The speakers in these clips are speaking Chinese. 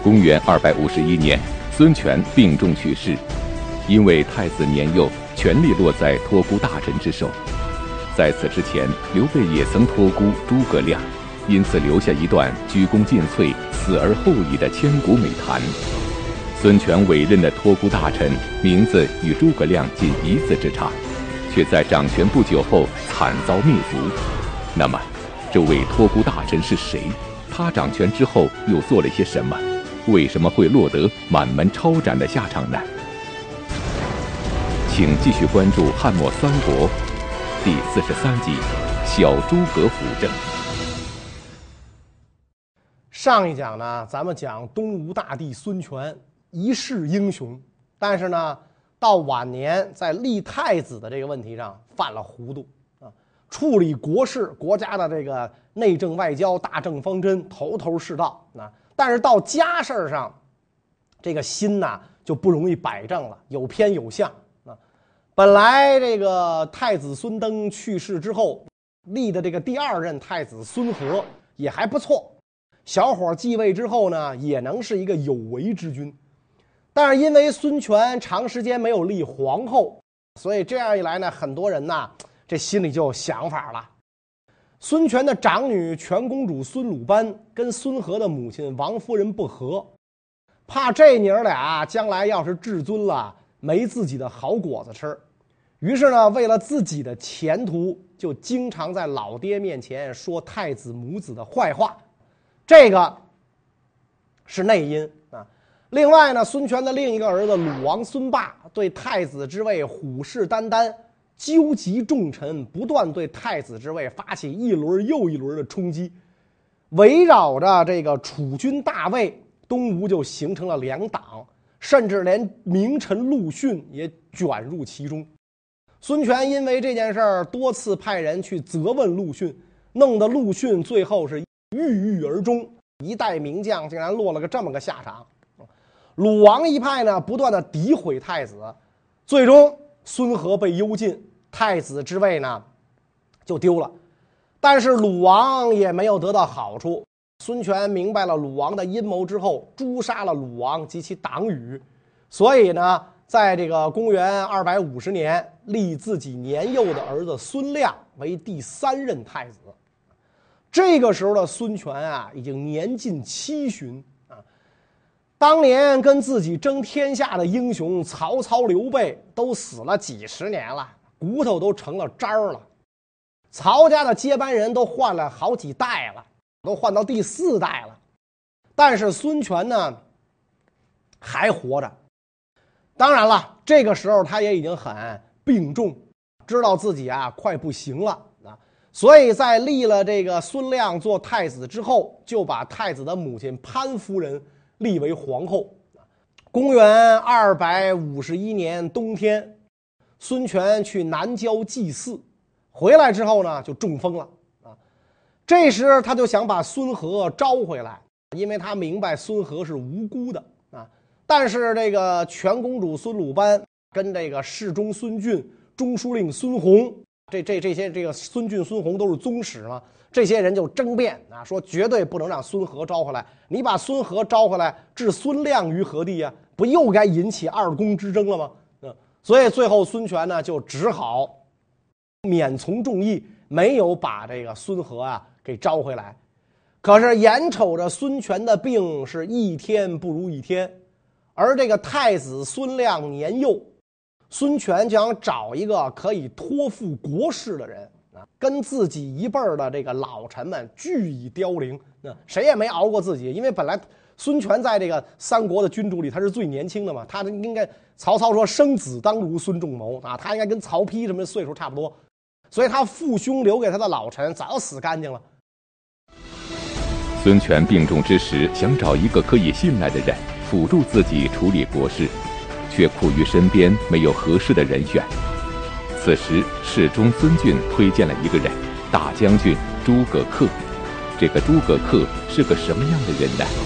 公元251年，孙权病重去世，因为太子年幼，权力落在托孤大臣之手。在此之前，刘备也曾托孤诸葛亮，因此留下一段鞠躬尽瘁、死而后已的千古美谈。孙权委任的托孤大臣名字与诸葛亮仅一字之差，却在掌权不久后惨遭灭族。那么，这位托孤大臣是谁？他掌权之后又做了些什么？为什么会落得满门抄斩的下场呢？请继续关注《汉末三国》第43集《小诸葛辅政》。 上一讲呢，咱们讲东吴大帝孙权一世英雄，但是呢，到晚年在立太子的这个问题上犯了糊涂啊，处理国事、国家的这个内政外交、大政方针头头是道啊，但是到家事上，这个心呐就不容易摆正了，有偏有向啊。本来这个太子孙登去世之后，立的这个第二任太子孙和也还不错，小伙继位之后呢，也能是一个有为之君。但是因为孙权长时间没有立皇后，所以这样一来呢，很多人呢这心里就有想法了。孙权的长女全公主孙鲁班跟孙和的母亲王夫人不和，怕这娘俩将来要是至尊了，没自己的好果子吃。于是呢，为了自己的前途，就经常在老爹面前说太子母子的坏话，这个是内因啊。另外呢，孙权的另一个儿子鲁王孙霸对太子之位虎视眈眈，纠集重臣，不断对太子之位发起一轮又一轮的冲击。围绕着这个储君大位，东吴就形成了两党，甚至连名臣陆逊也卷入其中。孙权因为这件事儿多次派人去责问陆逊，弄得陆逊最后是郁郁而终，一代名将竟然落了个这么个下场。鲁王一派呢，不断的诋毁太子，最终孙和被幽禁，太子之位呢就丢了。但是鲁王也没有得到好处，孙权明白了鲁王的阴谋之后，诛杀了鲁王及其党羽，所以呢，在这个公元250年，立自己年幼的儿子孙亮为第3任太子。这个时候的孙权啊，已经年近70啊。当年跟自己争天下的英雄曹操、刘备都死了几十年了，骨头都成了渣儿了。曹家的接班人都换了好几代了，都换到第4代了，但是孙权呢还活着。当然了，这个时候他也已经很病重，知道自己啊快不行了啊，所以在立了这个孙亮做太子之后，就把太子的母亲潘夫人立为皇后。公元251年冬天，孙权去南郊祭祀，回来之后呢就中风了啊。这时他就想把孙和招回来，因为他明白孙和是无辜的啊。但是这个全公主孙鲁班跟这个侍中孙俊、中书令孙弘，这些这个孙俊、孙弘都是宗室嘛，这些人就争辩啊，说绝对不能让孙和招回来。你把孙和招回来，置孙亮于何地啊？不又该引起二公之争了吗？所以最后孙权呢就只好免从众议，没有把这个孙和啊给招回来。可是眼瞅着孙权的病是一天不如一天，而这个太子孙亮年幼，孙权就想找一个可以托付国事的人啊，跟自己一辈儿的这个老臣们俱已凋零，谁也没熬过自己。因为本来孙权在这个三国的君主里他是最年轻的嘛，他应该曹操说生子当如孙仲谋啊，他应该跟曹丕什么岁数差不多，所以他父兄留给他的老臣早死干净了。 孙权病重之时，想找一个可以信赖的人辅助自己处理国事，却苦于身边没有合适的人选。此时侍中孙俊推荐了一个人，大将军诸葛恪。这个诸葛恪是个什么样的人呢？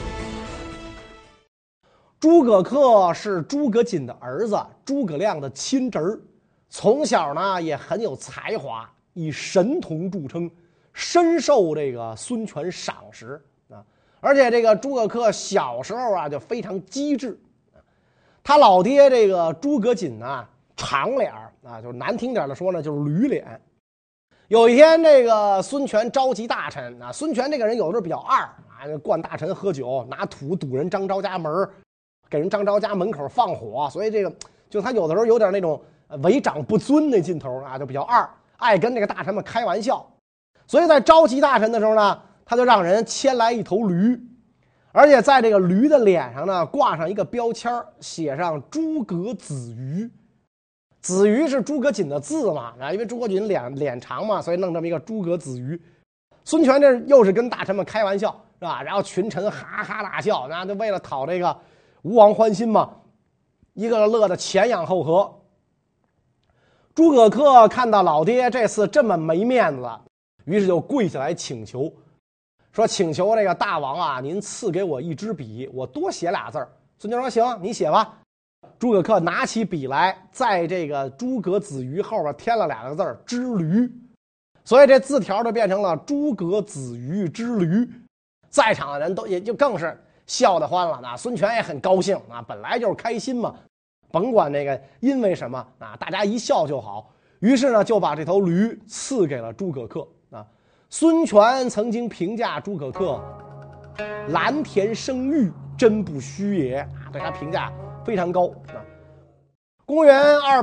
诸葛恪是诸葛瑾的儿子，诸葛亮的亲侄儿，从小呢也很有才华，以神童著称，深受这个孙权赏识啊。 而且这个诸葛恪小时候啊就非常机智，他老爹这个诸葛瑾呢长脸啊，就是难听点的说呢就是驴脸。有一天这个孙权召集大臣啊，孙权这个人有的时候比较二啊，灌大臣喝酒，拿土堵人张昭家门，给人张昭家门口放火，所以这个就他有的时候有点那种为长不尊那劲头啊，就比较二，爱跟这个大臣们开玩笑。所以在召集大臣的时候呢，他就让人牵来一头驴，而且在这个驴的脸上呢挂上一个标签，写上诸葛子瑜。子瑜是诸葛瑾的字嘛，因为诸葛瑾脸长嘛，所以弄这么一个诸葛子瑜。孙权这又是跟大臣们开玩笑，是吧？然后群臣哈哈大笑，那就为了讨这个吴王欢心嘛，一个乐得前仰后合。诸葛恪看到老爹这次这么没面子，于是就跪下来请求，说请求这个大王啊，您赐给我一支笔，我多写俩字儿。孙权说行，你写吧。诸葛恪拿起笔来，在这个诸葛子瑜后边添了两个字儿之驴，所以这字条就变成了诸葛子瑜之驴。在场的人都也就更是笑得欢了啊，孙权也很高兴啊，本来就是开心嘛，甭管那个因为什么啊，大家一笑就好。于是呢，就把这头驴赐给了诸葛恪啊。孙权曾经评价诸葛恪蓝田生玉，真不虚也啊，对他评价非常高啊。公元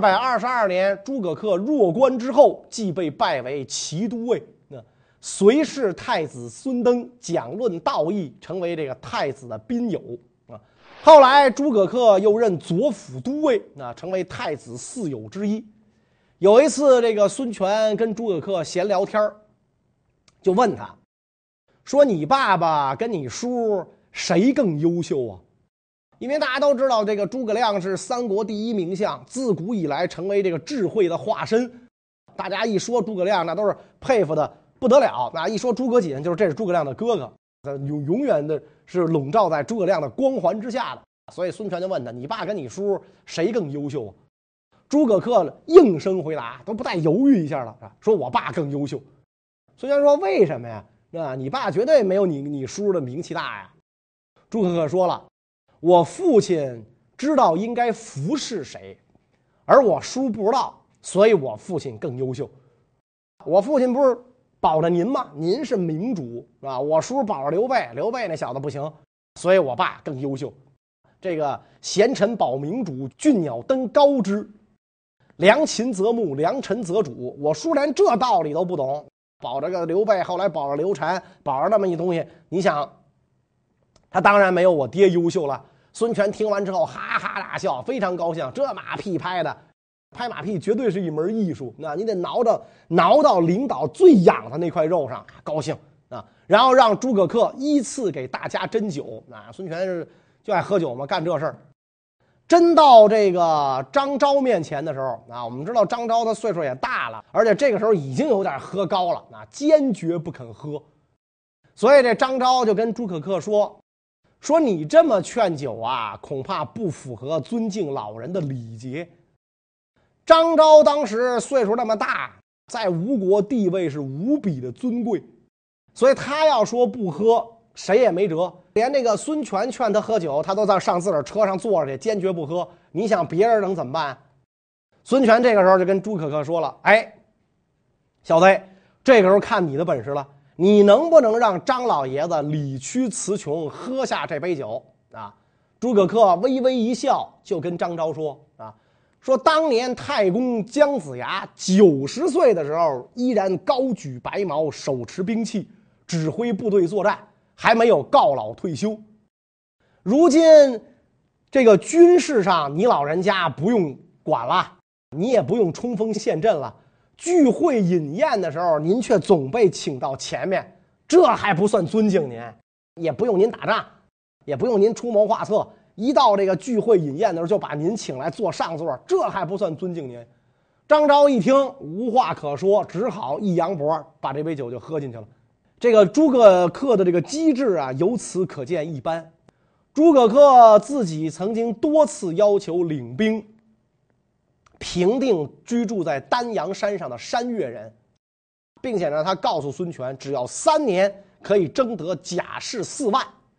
222年，诸葛恪入关之后，即被拜为骑都尉。随侍太子孙登讲论道义，成为这个太子的宾友啊。后来诸葛恪又任左辅都尉啊，成为太子4友之一。有一次，这个孙权跟诸葛恪闲聊天，就问他说：“你爸爸跟你叔谁更优秀啊？”因为大家都知道，这个诸葛亮是三国第一名将，自古以来成为这个智慧的化身。大家一说诸葛亮，那都是佩服的不得了。那一说诸葛瑾，就是这是诸葛亮的哥哥，永远的是笼罩在诸葛亮的光环之下的。所以孙权就问他：“你爸跟你叔谁更优秀啊？”诸葛恪应声回答，都不带犹豫一下了，说：“我爸更优秀。”孙权说：“为什么呀？你爸绝对没有你叔的名气大呀。”诸葛恪说了：“我父亲知道应该服侍谁，而我叔不知道，所以我父亲更优秀。我父亲不是保着您吗？您是明主啊，我叔保着刘备，刘备那小子不行，所以我爸更优秀。这个贤臣保明主，俊鸟登高枝，良禽择木，良臣择主。我叔连这道理都不懂，保着个刘备，后来保着刘禅，保着那么一东西，你想，他当然没有我爹优秀了。”孙权听完之后哈哈大笑，非常高兴。这马屁拍的，拍马屁绝对是一门艺术。那你得挠到领导最痒的那块肉上，高兴啊！然后让诸葛恪依次给大家斟酒。啊，孙权是就爱喝酒嘛，干这事儿。真到这个张昭面前的时候啊，我们知道张昭他岁数也大了，而且这个时候已经有点喝高了啊，坚决不肯喝。所以这张昭就跟诸葛恪说你这么劝酒啊，恐怕不符合尊敬老人的礼节。张昭当时岁数那么大，在吴国地位是无比的尊贵，所以他要说不喝，谁也没辙。连这个孙权劝他喝酒，他都在上自个儿车上坐着去，坚决不喝。你想别人能怎么办？孙权这个时候就跟诸葛恪说了：“哎，小子，这个时候看你的本事了。你能不能让张老爷子理屈词穷，喝下这杯酒啊？”诸葛恪微微一笑，就跟张昭说当年太公姜子牙90岁的时候，依然高举白毛，手持兵器，指挥部队作战，还没有告老退休。如今这个军事上，你老人家不用管了，你也不用冲锋陷阵了。聚会饮宴的时候，您却总被请到前面，这还不算尊敬您？也不用您打仗，也不用您出谋划策，一到这个聚会饮宴的时候就把您请来坐上座，这还不算尊敬您？张昭一听无话可说，只好一扬脖，把这杯酒就喝进去了。这个诸葛恪的这个机智啊，由此可见一斑。诸葛恪自己曾经多次要求领兵平定居住在丹阳山上的山越人，并且呢，他告诉孙权，只要3年可以征得甲士4万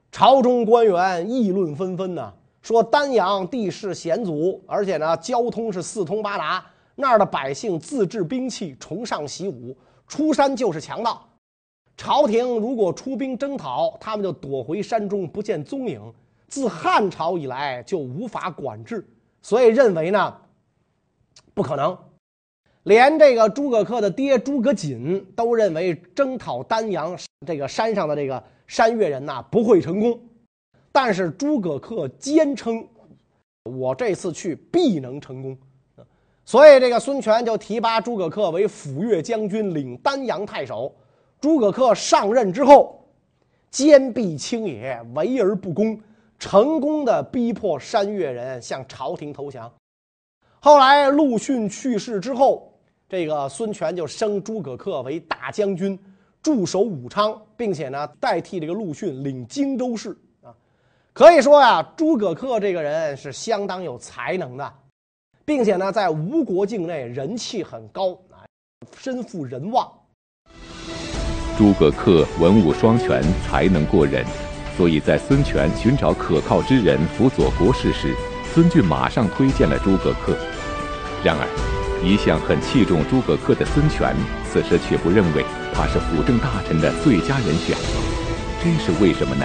朝中官员议论纷纷呢，说丹阳地势险阻，而且呢交通是四通八达，那儿的百姓自制兵器，崇尚习武，出山就是强盗。朝廷如果出兵征讨，他们就躲回山中不见踪影。自汉朝以来就无法管制，所以认为呢不可能。连这个诸葛恪的爹诸葛瑾都认为征讨丹阳这个山上的这个山越人呐不会成功，但是诸葛恪坚称我这次去必能成功。所以这个孙权就提拔诸葛恪为抚越将军，领丹阳太守。诸葛恪上任之后，坚壁清野，围而不攻，成功的逼迫山越人向朝廷投降。后来陆逊去世之后，这个孙权就升诸葛恪为大将军，驻守武昌，并且呢代替这个陆逊领荆州事啊。可以说呀，诸葛恪这个人是相当有才能的，并且呢在吴国境内人气很高啊，身负人望。 诸葛恪文武双全，才能过人，所以在孙权寻找可靠之人辅佐国事时，孙峻马上推荐了诸葛恪。然而一向很器重诸葛恪的孙权，此时却不认为他是辅政大臣的最佳人选，这是为什么呢？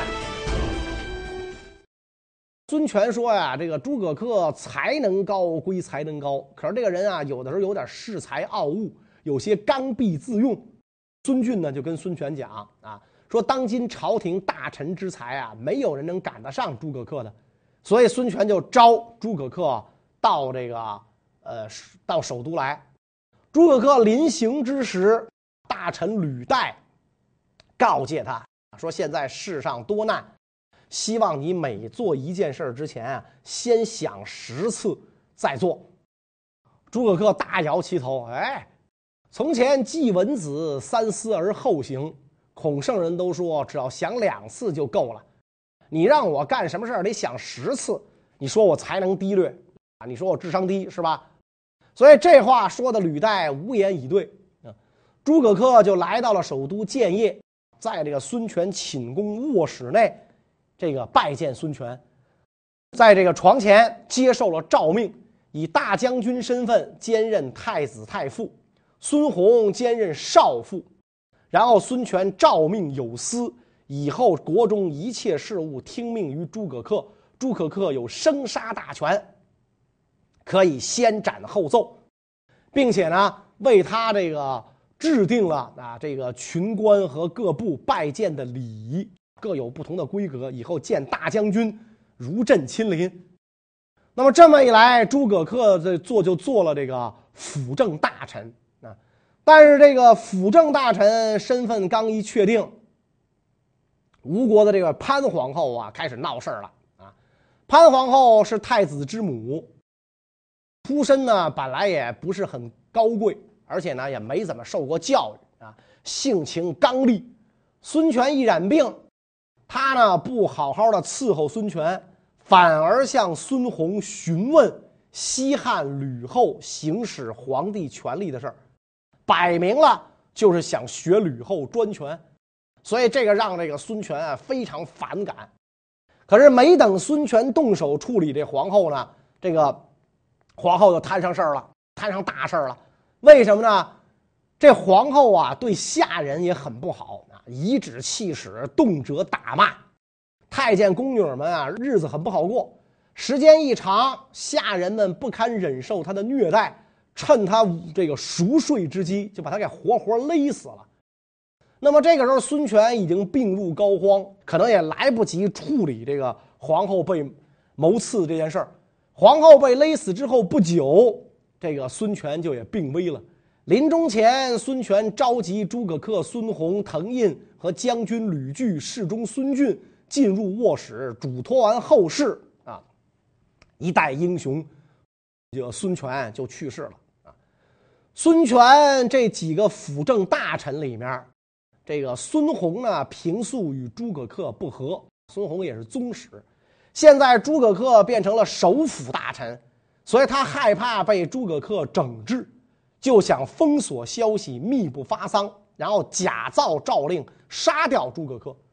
孙权说呀，这个诸葛恪才能高归才能高，可是这个人啊，有的时候有点恃才傲物，有些刚愎自用。孙峻呢就跟孙权讲啊，说当今朝廷大臣之才啊，没有人能赶得上诸葛恪的，所以孙权就招诸葛恪到这个到首都来。诸葛恪临行之时，大臣吕岱告诫他说，现在世上多难，希望你每做一件事之前啊，先想10次再做。诸葛恪大摇其头，从前季文子3思而后行，孔圣人都说只要想2次就够了，你让我干什么事得想10次，你说我才能低劣啊？你说我智商低是吧？所以这话说的吕岱无言以对。诸葛恪就来到了首都建业，在这个孙权寝宫卧室内，这个拜见孙权，在这个床前接受了诏命，以大将军身份兼任太子太傅，孙弘兼任少傅。然后孙权诏命有司，以后国中一切事务听命于诸葛恪，诸葛恪有生杀大权，可以先斩后奏，并且呢为他这个制定了这个群官和各部拜见的礼仪，各有不同的规格，以后见大将军如朕亲临。那么这么一来，诸葛恪就做了这个辅政大臣啊。但是这个辅政大臣身份刚一确定，吴国的这个潘皇后啊开始闹事了啊。潘皇后是太子之母，出身呢本来也不是很高贵，而且呢也没怎么受过教育啊，性情刚戾。孙权一染病，他呢不好好的伺候孙权，反而向孙弘询问西汉吕后行使皇帝权力的事儿，摆明了就是想学吕后专权。所以这个让这个孙权啊非常反感。可是没等孙权动手处理这皇后呢，这个皇后就摊上事儿了，摊上大事儿了。为什么呢？这皇后啊对下人也很不好啊，颐指气使，动辄打骂。太监宫女们啊日子很不好过，时间一长，下人们不堪忍受她的虐待，趁她这个熟睡之机就把她给活活勒死了。那么这个时候孙权已经病入膏肓，可能也来不及处理这个皇后被谋刺这件事儿。皇后被勒死之后不久，这个孙权就也病危了。临终前，孙权召集诸葛恪、孙弘、滕胤和将军吕据、侍中孙峻进入卧室，嘱托完后事啊，一代英雄这个孙权就去世了啊。孙权这几个辅政大臣里面，这个孙弘呢平素与诸葛恪不和，孙弘也是宗室。现在诸葛恪变成了首辅大臣，所以他害怕被诸葛恪整治，就想封锁消息，密不发丧，然后假造诏令杀掉诸葛恪。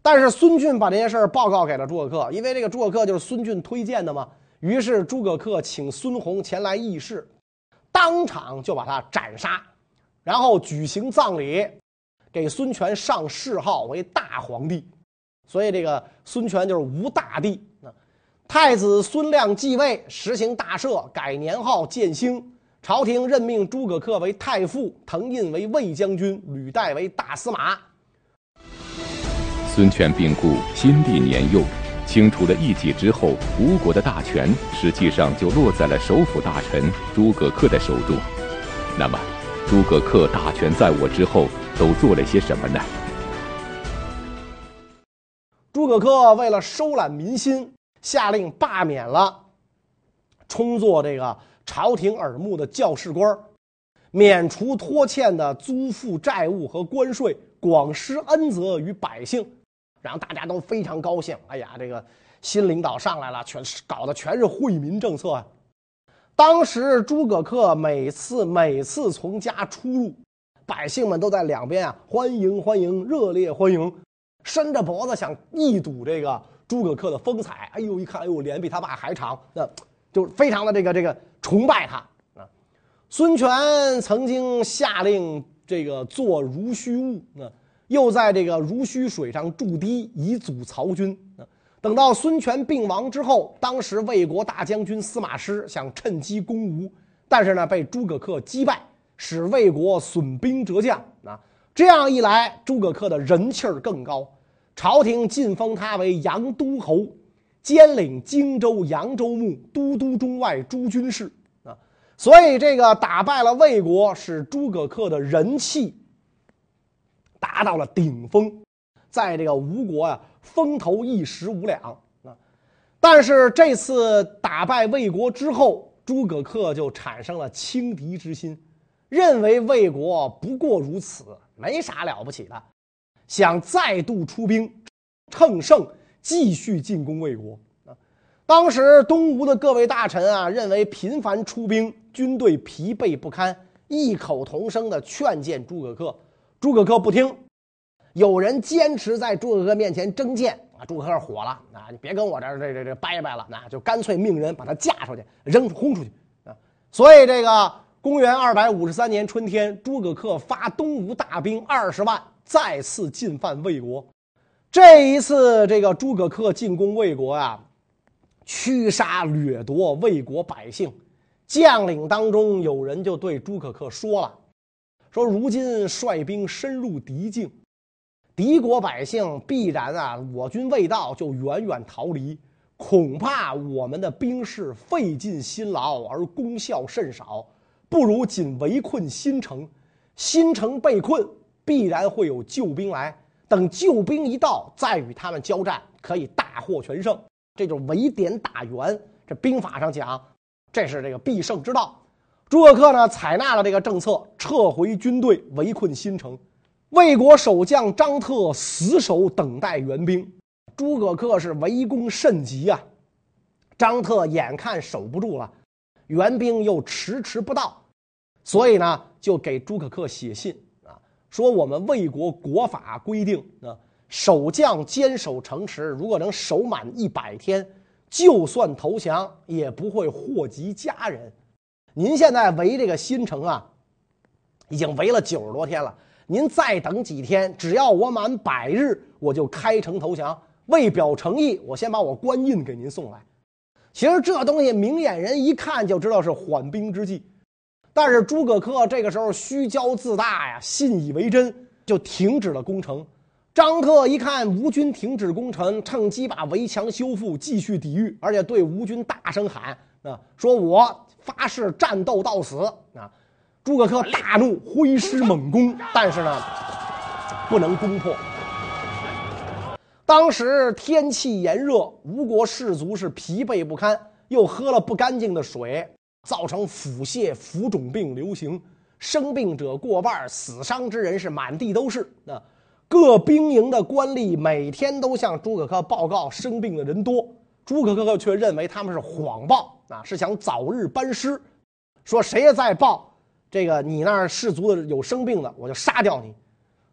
但是孙峻把这件事儿报告给了诸葛恪，因为这个诸葛恪就是孙峻推荐的嘛。于是诸葛恪请孙弘前来议事，当场就把他斩杀，然后举行葬礼，给孙权上谥号为大皇帝。所以这个孙权就是吴大帝。太子孙亮继位，实行大赦，改年号建兴。朝廷任命诸葛恪为太傅，滕胤为卫将军，吕岱为大司马。 孙权病故，心力年幼，清除了异己之后，吴国的大权实际上就落在了首辅大臣诸葛恪的手中。那么，诸葛恪大权在握之后，都做了些什么呢？ 诸葛恪为了收揽民心，下令罢免了充作这个朝廷耳目的教士官，免除拖欠的租赋债务和关税，广施恩泽于百姓，让大家都非常高兴。哎呀，这个新领导上来了，搞的全是惠民政策啊！当时诸葛恪每次从家出入，百姓们都在两边欢迎欢迎，热烈欢迎，伸着脖子想一睹这个诸葛恪的风采。哎呦，一看，哎呦，脸比他爸还长，那就非常的这个崇拜他啊。孙权曾经下令这个做濡须坞，又在这个濡须水上筑堤，以阻曹军。等到孙权病亡之后，当时魏国大将军司马师想趁机攻吴，但是呢被诸葛恪击败，使魏国损兵折将啊。这样一来，诸葛恪的人气儿更高，朝廷晋封他为扬都侯，兼领荆州、扬州牧、都督中外诸军事啊。所以这个打败了魏国，使诸葛恪的人气达到了顶峰，在这个吴国风头一时无两啊。但是这次打败魏国之后，诸葛恪就产生了轻敌之心，认为魏国不过如此，没啥了不起的，想再度出兵乘胜继续进攻魏国啊。当时东吴的各位大臣认为频繁出兵，军队疲惫不堪，异口同声地劝谏诸葛恪，诸葛恪不听。有人坚持在诸葛恪面前争谏诸葛恪火了你别跟我这掰掰了，就干脆命人把他架出去，轰出去啊。所以这个公元253年春天，诸葛恪发东吴大兵20万，再次进犯魏国。这一次这个诸葛恪进攻魏国驱杀掠夺魏国百姓，将领当中有人就对诸葛恪说了，说如今率兵深入敌境，敌国百姓必然我军未到就远远逃离，恐怕我们的兵士费尽辛劳而功效甚少，不如仅围困新城，新城被困必然会有救兵来，等救兵一到再与他们交战，可以大获全胜。这就是围点打援，这兵法上讲这是这个必胜之道。诸葛恪呢采纳了这个政策，撤回军队，围困新城。魏国守将张特死守等待援兵，诸葛恪是围攻甚急张特眼看守不住了，援兵又迟迟不到，所以呢就给诸葛恪写信说我们魏国国法规定守将坚守城池，如果能守满100天，就算投降也不会祸及家人。您现在围这个新城已经围了90多天了，您再等几天，只要我满100日，我就开城投降。为表诚意，我先把我官印给您送来。其实这东西明眼人一看就知道是缓兵之计，但是诸葛恪这个时候虚骄自大信以为真，就停止了攻城。张特一看吴军停止攻城，趁机把围墙修复，继续抵御，而且对吴军大声喊说我发誓战斗到死诸葛恪大怒，挥师猛攻，但是呢不能攻破。当时天气炎热，吴国士卒是疲惫不堪，又喝了不干净的水，造成腹泻、浮肿病流行，生病者过半，死伤之人是满地都是各兵营的官吏每天都向诸葛恪报告生病的人多，诸葛恪却认为他们是谎报是想早日班师，说谁再报这个你那儿士卒有生病的，我就杀掉你。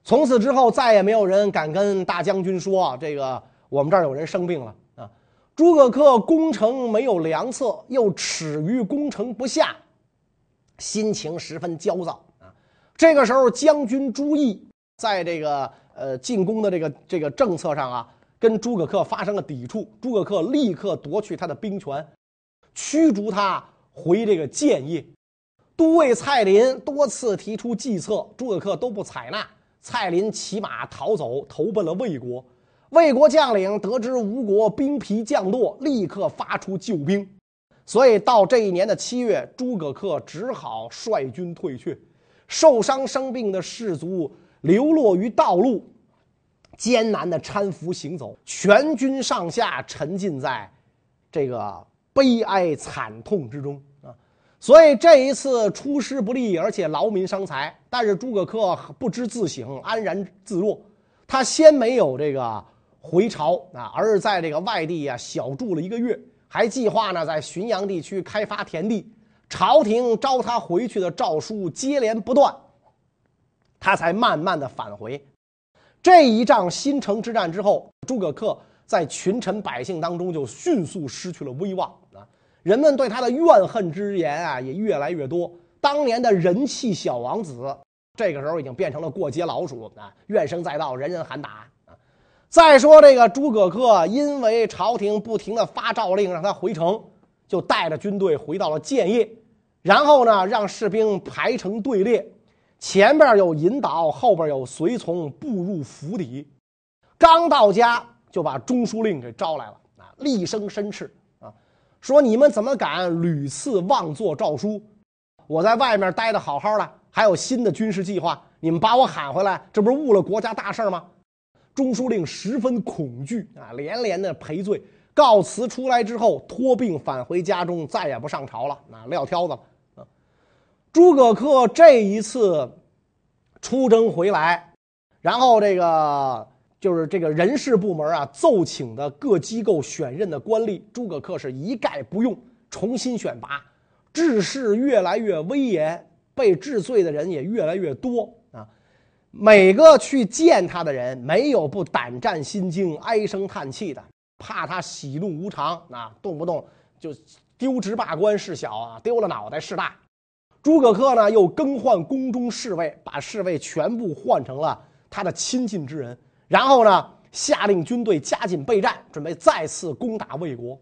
从此之后，再也没有人敢跟大将军说这个我们这儿有人生病了啊。诸葛恪攻城没有良策，又耻于攻城不下，心情十分焦躁啊。这个时候，将军朱毅在这个进攻的这个政策上啊，跟诸葛恪发生了抵触。诸葛恪立刻夺去他的兵权，驱逐他回这个建业。都尉蔡林多次提出计策，诸葛恪都不采纳。蔡林骑马逃走，投奔了魏国。魏国将领得知吴国兵疲将弱，立刻发出救兵。所以到这一年的7月，诸葛恪只好率军退却。受伤生病的士卒流落于道路，艰难的搀扶行走，全军上下沉浸在这个悲哀惨痛之中啊！所以这一次出师不利，而且劳民伤财。但是诸葛恪不知自省，安然自若。他先没有这个回朝啊，而是在这个外地啊小住了1个月，还计划呢在浔阳地区开发田地。朝廷召他回去的诏书接连不断，他才慢慢的返回。这一仗新城之战之后，诸葛恪在群臣百姓当中就迅速失去了威望啊，人们对他的怨恨之言啊也越来越多。当年的人气小王子，这个时候已经变成了过街老鼠啊，怨声载道，人人喊打啊。再说这个诸葛恪，因为朝廷不停的发诏令让他回城，就带着军队回到了建业，然后呢让士兵排成队列，前边有引导，后边有随从，步入府邸。刚到家就把中书令给招来了啊，厉声申斥啊，说你们怎么敢屡次妄作诏书？我在外面待得好好的，还有新的军事计划，你们把我喊回来，这不是误了国家大事吗？中书令十分恐惧啊，连连的赔罪。告辞出来之后，托病返回家中，再也不上朝了啊，撂挑子了啊。诸葛恪这一次出征回来，然后这个就是这个人事部门啊奏请的各机构选任的官吏，诸葛恪是一概不用，重新选拔，治世越来越威严，被治罪的人也越来越多啊。每个去见他的人，没有不胆战心惊、唉声叹气的，怕他喜怒无常啊，动不动就丢职罢官事小啊，丢了脑袋事大。诸葛恪呢，又更换宫中侍卫，把侍卫全部换成了他的亲近之人，然后呢，下令军队加紧备战，准备再次攻打魏国。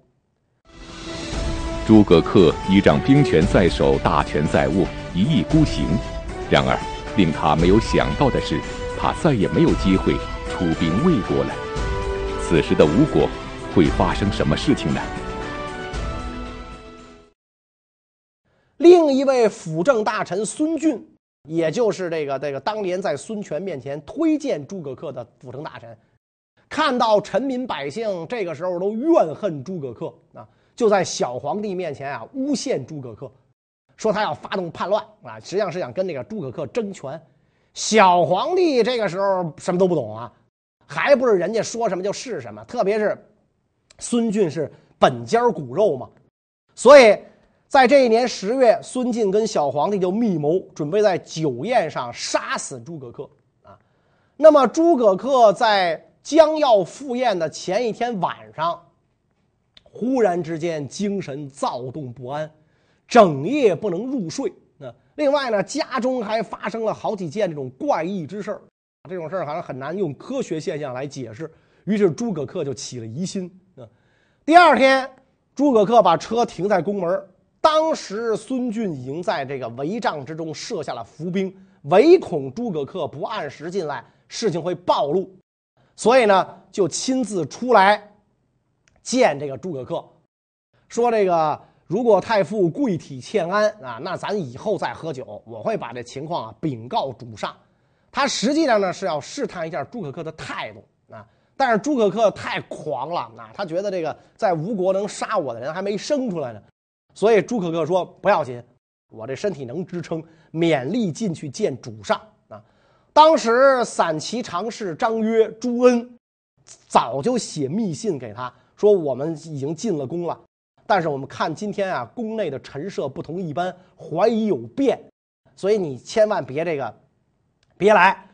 诸葛恪依仗兵权在手，大权在握，一意孤行。然而，令他没有想到的是，他再也没有机会出兵魏国了。此时的吴国会发生什么事情呢？ 另一位辅政大臣孙峻，也就是这个当年在孙权面前推荐诸葛恪的辅政大臣，看到臣民百姓这个时候都怨恨诸葛恪啊，就在小皇帝面前啊诬陷诸葛恪，说他要发动叛乱啊，实际上是想跟这个诸葛恪争权。小皇帝这个时候什么都不懂啊，还不是人家说什么就是什么，特别是孙峻是本家骨肉嘛，所以在这一年10月，孙晋跟小皇帝就密谋，准备在酒宴上杀死诸葛恪啊。那么诸葛恪在将要赴宴的前一天晚上，忽然之间精神躁动不安，整夜不能入睡。另外呢，家中还发生了好几件这种怪异之事，这种事儿好像很难用科学现象来解释。于是诸葛恪就起了疑心。第二天，诸葛恪把车停在宫门，当时孙峻已经在这个帷帐之中设下了伏兵，唯恐诸葛恪不按时进来，事情会暴露，所以呢，就亲自出来见这个诸葛恪，说这个如果太傅贵体欠安啊，那咱以后再喝酒，我会把这情况啊禀告主上。他实际上呢是要试探一下诸葛恪的态度啊，但是诸葛恪太狂了啊，他觉得这个在吴国能杀我的人还没生出来呢，所以诸葛恪说不要紧，我这身体能支撑，勉力进去见主上啊。当时散骑常侍张约、朱恩早就写密信给他说，我们已经进了宫了，但是我们看今天啊，宫内的陈设不同一般，怀疑有变，所以你千万别来。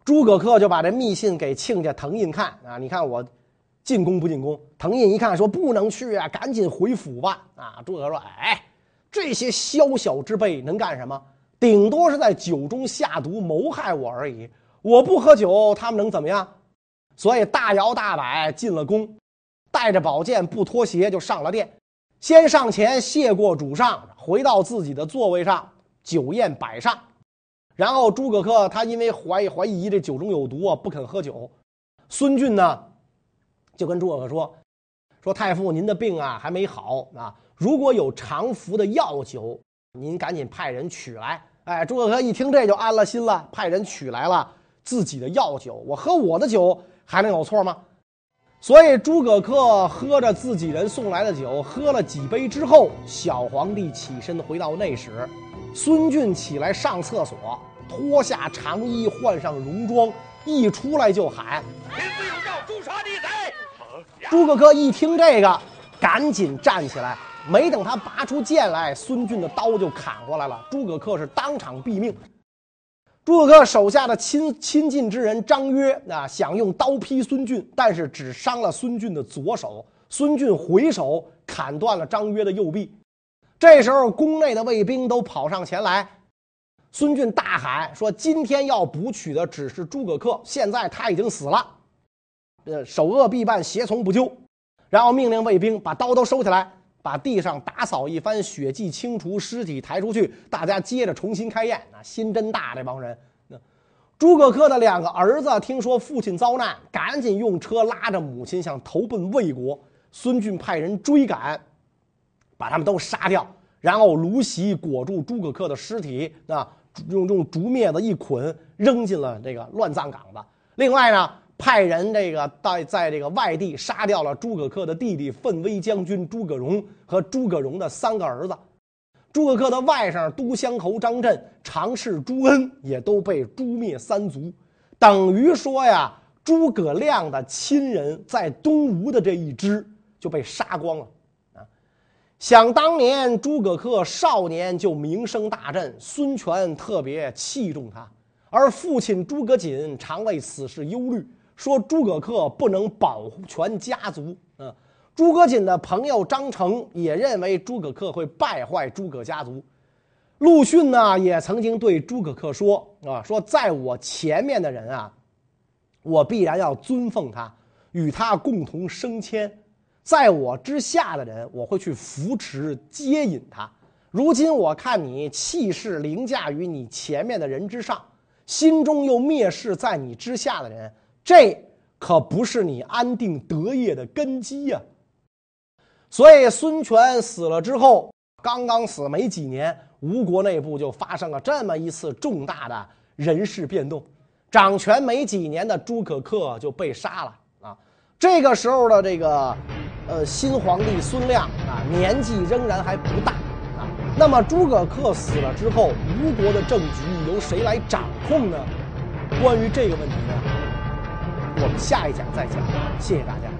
诸葛恪就把这密信给亲家滕胤看啊，你看我进宫不进宫？滕胤一看说不能去啊，赶紧回府吧啊！诸葛恪说，哎，这些宵小之辈能干什么？顶多是在酒中下毒谋害我而已。我不喝酒，他们能怎么样？所以大摇大摆进了宫，带着宝剑不脱鞋就上了殿，先上前谢过主上，回到自己的座位上，酒宴摆上。然后诸葛恪他因为怀疑这酒中有毒啊，不肯喝酒。孙峻呢就跟诸葛恪说太傅您的病啊还没好啊，如果有常服的药酒，您赶紧派人取来。哎，诸葛恪一听这就安了心了，派人取来了自己的药酒，我喝我的酒还能有错吗？所以诸葛恪喝着自己人送来的酒，喝了几杯之后，小皇帝起身回到内室，孙峻起来上厕所，脱下长衣，换上戎装，一出来就喊：“ 天子有诏，诛杀逆贼！” 诸葛恪一听这个，赶紧站起来，没等他拔出剑来，孙峻的刀就砍过来了。诸葛恪是当场毙命。诸葛恪手下的亲近之人张约啊，想用刀劈孙峻，但是只伤了孙峻的左手。孙峻回手砍断了张约的右臂。这时候宫内的卫兵都跑上前来，孙峻大喊说：“今天要捕取的只是诸葛恪，现在他已经死了，首恶必办，胁从不救。”然后命令卫兵把刀都收起来，把地上打扫一番，血迹清除，尸体抬出去，大家接着重新开宴。心真大，这帮人。诸葛恪的两个儿子听说父亲遭难，赶紧用车拉着母亲想投奔魏国。孙峻派人追赶，把他们都杀掉，然后芦席裹住诸葛恪的尸体啊，用竹篾子一捆，扔进了这个乱葬岗子。另外呢，派人这个在这个外地杀掉了诸葛恪的弟弟奋威将军诸葛荣和诸葛荣的3个儿子。诸葛恪的外甥都乡侯张震、常侍朱恩也都被诛灭3族，等于说呀，诸葛亮的亲人在东吴的这一支就被杀光了啊！想当年诸葛恪少年就名声大振，孙权特别器重他，而父亲诸葛瑾常为此事忧虑，说诸葛恪不能保全家族啊。诸葛瑾的朋友张成也认为诸葛恪会败坏诸葛家族。陆逊呢也曾经对诸葛恪说啊，说在我前面的人啊，我必然要尊奉他，与他共同升迁；在我之下的人，我会去扶持接引他。如今我看你气势凌驾于你前面的人之上，心中又蔑视在你之下的人，这可不是你安定德业的根基呀。所以孙权死了之后，刚刚死没几年，吴国内部就发生了这么一次重大的人事变动。掌权没几年的诸葛恪就被杀了啊。这个时候的这个新皇帝孙亮啊，年纪仍然还不大啊。那么诸葛恪死了之后，吴国的政局由谁来掌控呢？关于这个问题呢，我们下一讲再讲。谢谢大家。